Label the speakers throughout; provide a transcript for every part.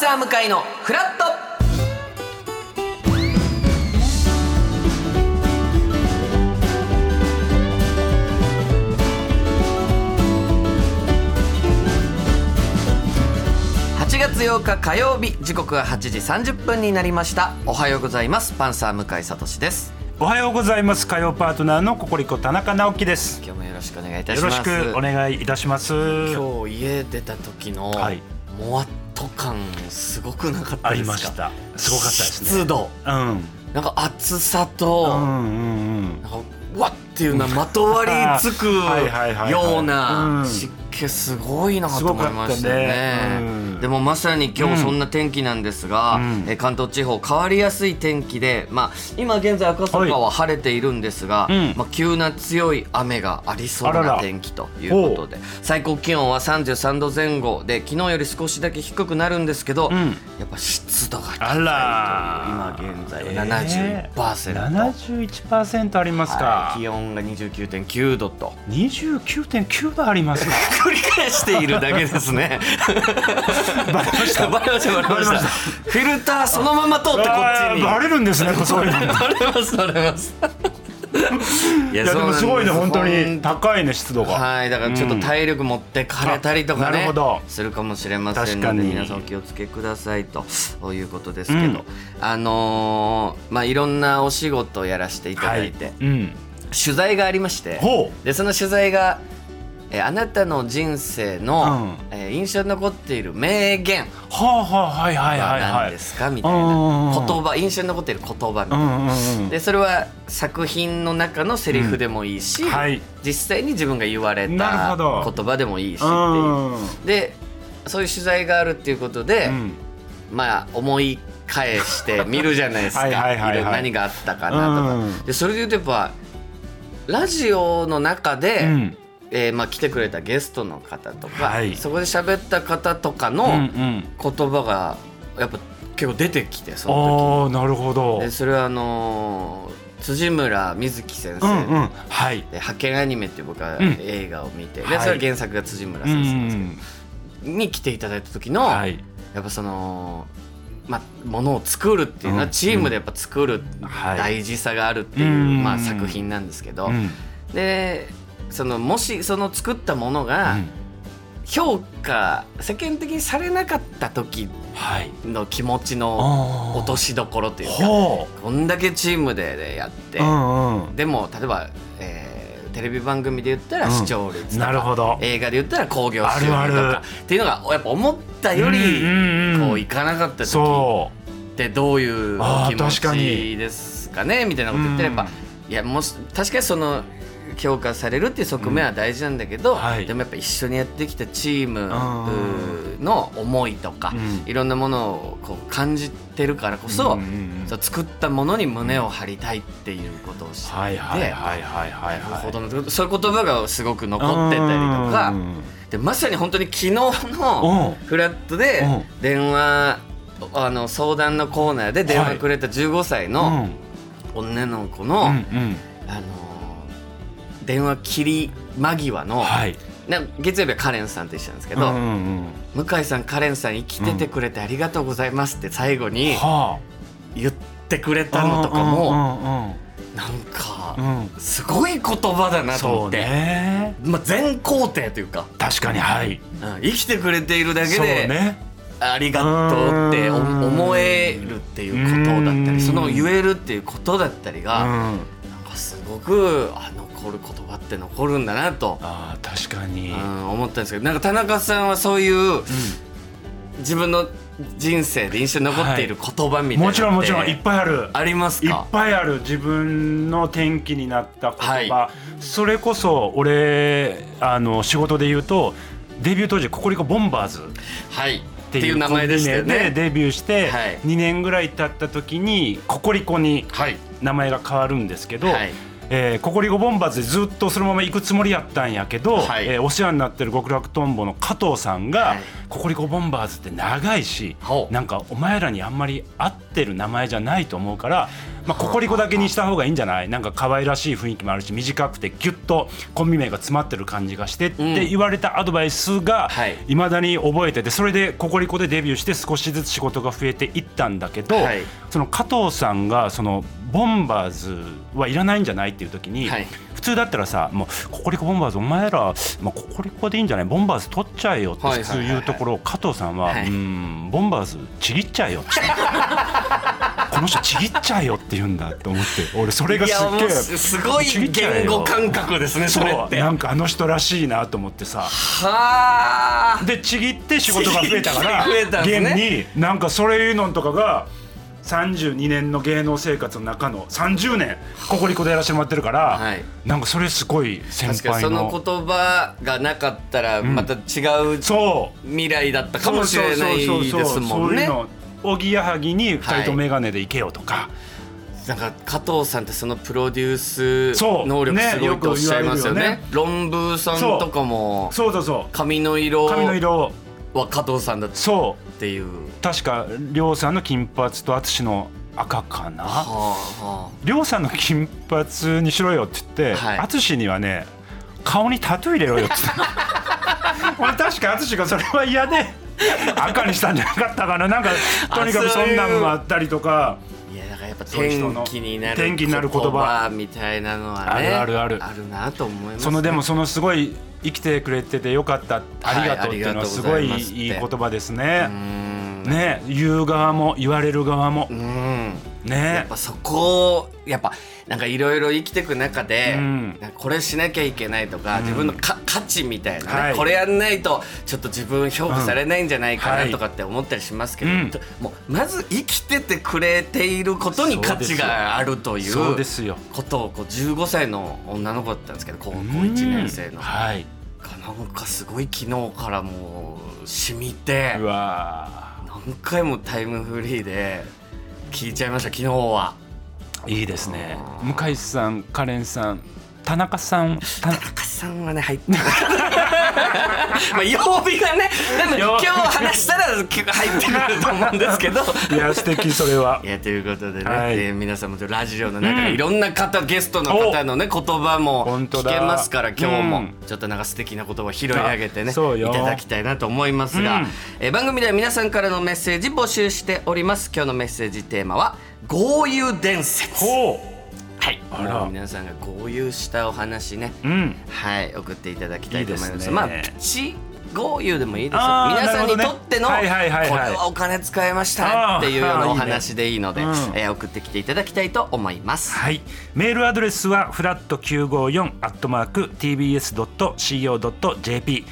Speaker 1: サー向井のフラット。8月8日火曜日、時刻は8時30分になりました。おはようございます。パンサー向井聡です。
Speaker 2: おはようございます。火曜パートナーのココリコ田中直樹です。
Speaker 1: 今日もよろしくお願いいたします。
Speaker 2: よろしくお願いいたします。
Speaker 1: 今日家出た時のもわっと感すごくなかったですか？
Speaker 2: ありました。すごかったですね。
Speaker 1: 湿度、なんか暑さと、なんかわっていうのはまとわりつくような湿気すごいなと思いましたね。でもまさに今日そんな天気なんですが、関東地方変わりやすい天気で、今現在赤坂は晴れているんですが、急な強い雨がありそうな天気ということで、最高気温は33度前後で昨日より少しだけ低くなるんですけど、やっぱ湿度が高いという今現在は 71%、
Speaker 2: ありますか。
Speaker 1: 気温が 29.9 度と
Speaker 2: 29.9 度ありますか。
Speaker 1: 繰り返しているだけですね。
Speaker 2: バレました。
Speaker 1: フィルターそのまま通ってこっちに
Speaker 2: バレるんですね。そういうの
Speaker 1: バレます
Speaker 2: いやでもすごいね、本当に高いね、湿度が。
Speaker 1: はい、だからちょっと体力持ってかれたりとかね、するかもしれませんので、皆さんお気をつけくださいということですけど、いろんなお仕事をやらせていただいて、取材がありまして、でその取材があなたの人生の、印象に残っている名言は何ですかみたいな言葉、印象に残っている言葉みたいな、でそれは作品の中のセリフでもいいし、実際に自分が言われた言葉でもいいしっていうで、そういう取材があるっていうことで、思い返してみるじゃないですか。何があったかなとか、でそれで言うとやっぱラジオの中で、来てくれたゲストの方とか、そこで喋った方とかの言葉がやっぱ結構出てきて、その時。
Speaker 2: なるほど。
Speaker 1: でそれは辻村瑞希先生で派遣アニメっていう僕は映画を見て、でそれは原作が辻村先生なんですけど、に来ていただいた時の、やっぱそのものを作るっていうのはチームでやっぱ作る大事さがあるっていう作品なんですけど、でもしその作ったものが評価世間的にされなかった時の気持ちの落としどころというか、こんだけチームでやって、でも例えば、テレビ番組で言ったら視聴率とか、映画で言ったら興行収入とかっていうのがやっぱ思ったよりこういかなかった時ってどういうお気持ちですかねみたいなこと言って、やっぱいや、もし確かにその評価されるっていう側面は大事なんだけど、でもやっぱ一緒にやってきたチームの思いとか、いろんなものをこう感じてるからこそ、作ったものに胸を張りたいっていうことをおっしゃって、そういう言葉がすごく残ってたりとかで、まさに本当に昨日のフラットで電話相談のコーナーで電話くれた15歳の女の子の電話切り間際の、月曜日はカレンさんと一緒なんですけど、向井さん、カレンさん生きててくれてありがとうございますって最後に言ってくれたのとかも、なんかすごい言葉だなと思って、全肯定というか、
Speaker 2: 確かに、
Speaker 1: 生きてくれているだけでありがとうって思えるっていうことだったり、その言えるっていうことだったりが、なんかすごく残る言葉って残るんだなと
Speaker 2: 確かに、
Speaker 1: 思ったんですけど、なんか田中さんはそういう、自分の人生で印象に残っている言葉みたいなのって
Speaker 2: もちろんいっぱいある。
Speaker 1: ありますか？
Speaker 2: いっぱいある。自分の転機になった言葉、それこそ俺仕事で言うとデビュー当時ココリコボンバーズっていう名前でしたよね。デビューして2年ぐらい経った時にココリコに名前が変わるんですけど、 ココリコボンバーズでずっとそのまま行くつもりやったんやけど、お世話になってる極楽とんぼの加藤さんが、ココリコボンバーズって長いし、なんかお前らにあんまり合ってる名前じゃないと思うから、ココリコだけにした方がいいんじゃない、なんか可愛らしい雰囲気もあるし短くてギュッとコンビ名が詰まってる感じがしてって言われたアドバイスが未だに覚えてて、それでココリコでデビューして少しずつ仕事が増えていったんだけど、その加藤さんがそのボンバーズはいらないんじゃないっていう時に、普通だったらさ、もうココリコボンバーズお前ら、ココリコでいいんじゃない、ボンバーズ取っちゃえよって普通言うところを、加藤さんは、ボンバーズちぎっちゃえよってこの人ちぎっちゃえよって言うんだと思って、俺それがすっげえ
Speaker 1: すごい言語感覚ですね、それって。
Speaker 2: なんかあの人らしいなと思ってさ、でちぎって仕事が増えたから現になんかそういうのとかが32年の芸能生活の中の30年ココリコでやらせてもらってるから、なんかそれすごい先輩の、
Speaker 1: 確かにその言葉がなかったらまた違う未来だったかもしれないですもんね。
Speaker 2: おぎやはぎに2人とメガネで行けよとか、
Speaker 1: なんか加藤さんってそのプロデュース能力すごいとおっしゃいますよね。論文さんとかも髪の色は加藤さんだっていう、
Speaker 2: 確か亮さんの金髪と淳の赤かな、亮さんの金髪にしろよって言って、淳にはね顔にタトゥー入れろよって俺確か淳がそれは嫌で赤にしたんじゃなかったかな、なんかとにかくそんなんもあったりとか。
Speaker 1: いやだからやっぱ天気になる言葉みたいなのはね、あるなと思いますね。
Speaker 2: でもそのすごい生きてくれててよかった、ありがとうっていうのはすごいいい言葉ですね。ね、言う側も言われる側も、ね、
Speaker 1: やっぱそこをやっぱなんかいろいろ生きていく中で、これしなきゃいけないとか、自分の価値みたいなね、これやんないとちょっと自分評価されないんじゃないかなとかって思ったりしますけど、もうまず生きててくれていることに価値があるということをこう15歳の女の子だったんですけど、高校1年生の、なんかすごい昨日からもう染みて、何回もタイムフリーで聞いちゃいました昨日は。
Speaker 2: いいですね。向井さん、カレンさん、田中さん
Speaker 1: はね入って曜日がね、今日話したら入ってくると思うんですけど
Speaker 2: いや素敵それは。
Speaker 1: いやということでね、皆さんもラジオの中でいろんな方、ゲストの方のね言葉も聞けますから、今日もちょっとなんか素敵な言葉を拾い上げてねいただきたいなと思いますが、番組では皆さんからのメッセージ募集しております。今日のメッセージテーマは豪遊伝説。もう皆さんが豪遊したお話ね、送っていただきたいと思います。プチ豪遊でもいいですよ。皆さんにとってのこれはお金使いましたっていうようなお話でいいので、送ってきていただきたいと思います。
Speaker 2: メールアドレスはflat954@tbs.co.jp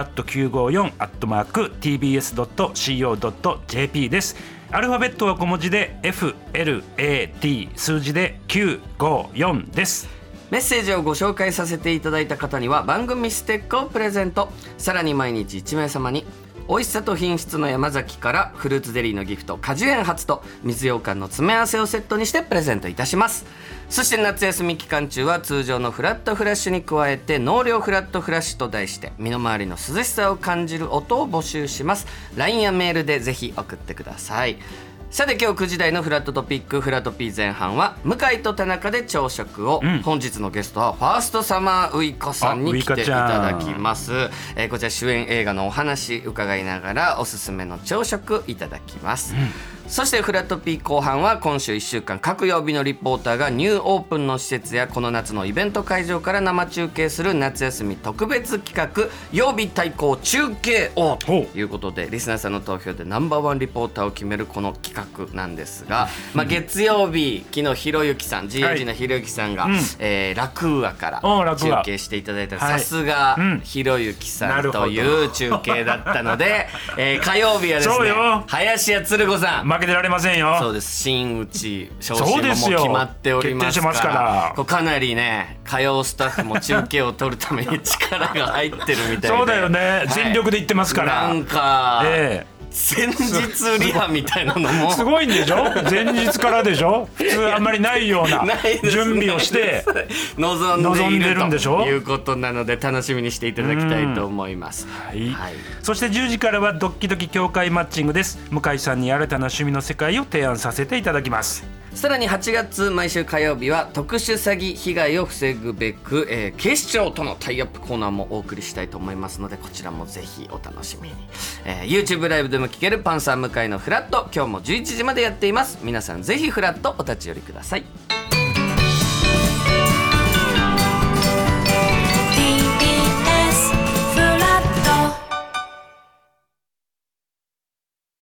Speaker 2: flat954@tbs.co.jp です。アルファベットは小文字で FLAT 数字で954です。
Speaker 1: メッセージをご紹介させていただいた方には番組ステッカーをプレゼント。さらに毎日1名様に美味しさと品質の山崎からフルーツゼリーのギフト果樹園初と水羊羹の詰め合わせをセットにしてプレゼントいたします。そして夏休み期間中は通常のフラットフラッシュに加えて納涼フラットフラッシュと題して身の回りの涼しさを感じる音を募集します。 LINE やメールでぜひ送ってください。さて今日9時台のフラットトピックフラトピー前半は向井と田中で朝食を、本日のゲストはファーストサマーウイカさんに来ていただきます。こちら主演映画のお話伺いながらおすすめの朝食いただきます。そしてフラットピー後半は今週1週間各曜日のリポーターがニューオープンの施設やこの夏のイベント会場から生中継する夏休み特別企画曜日対抗中継をということでリスナーさんの投票でナンバーワンリポーターを決めるこの企画なんですが、月曜日昨日ひろゆきさん GAG のひろゆきさんが、ラクーアから中継していただいたさすがひろゆきさんという中継だったので、火曜日はですね林家つる子さん
Speaker 2: 負けてられませんよ。
Speaker 1: そうです。新内昇進ももう決まっておりますから、かなりね火曜スタッフも中継を取るために力が入ってるみたいで
Speaker 2: そうだよね、全力で言ってますから
Speaker 1: なんか、 前日リハみたいなのも
Speaker 2: すごいんでしょ。前日からでしょ。普通あんまりないような準備をして
Speaker 1: 臨んでいるということなので楽しみにしていただきたいと思います、
Speaker 2: はいはい、そして10時からはドッキドキ協会マッチングです。向井さんに新たな趣味の世界を提案させていただきます。
Speaker 1: さらに8月毎週火曜日は特殊詐欺被害を防ぐべく、警視庁とのタイアップコーナーもお送りしたいと思いますので、こちらもぜひお楽しみに。YouTube ライブでも聴けるパンサー向井のフラット、今日も11時までやっています。皆さんぜひフラットお立ち寄りください。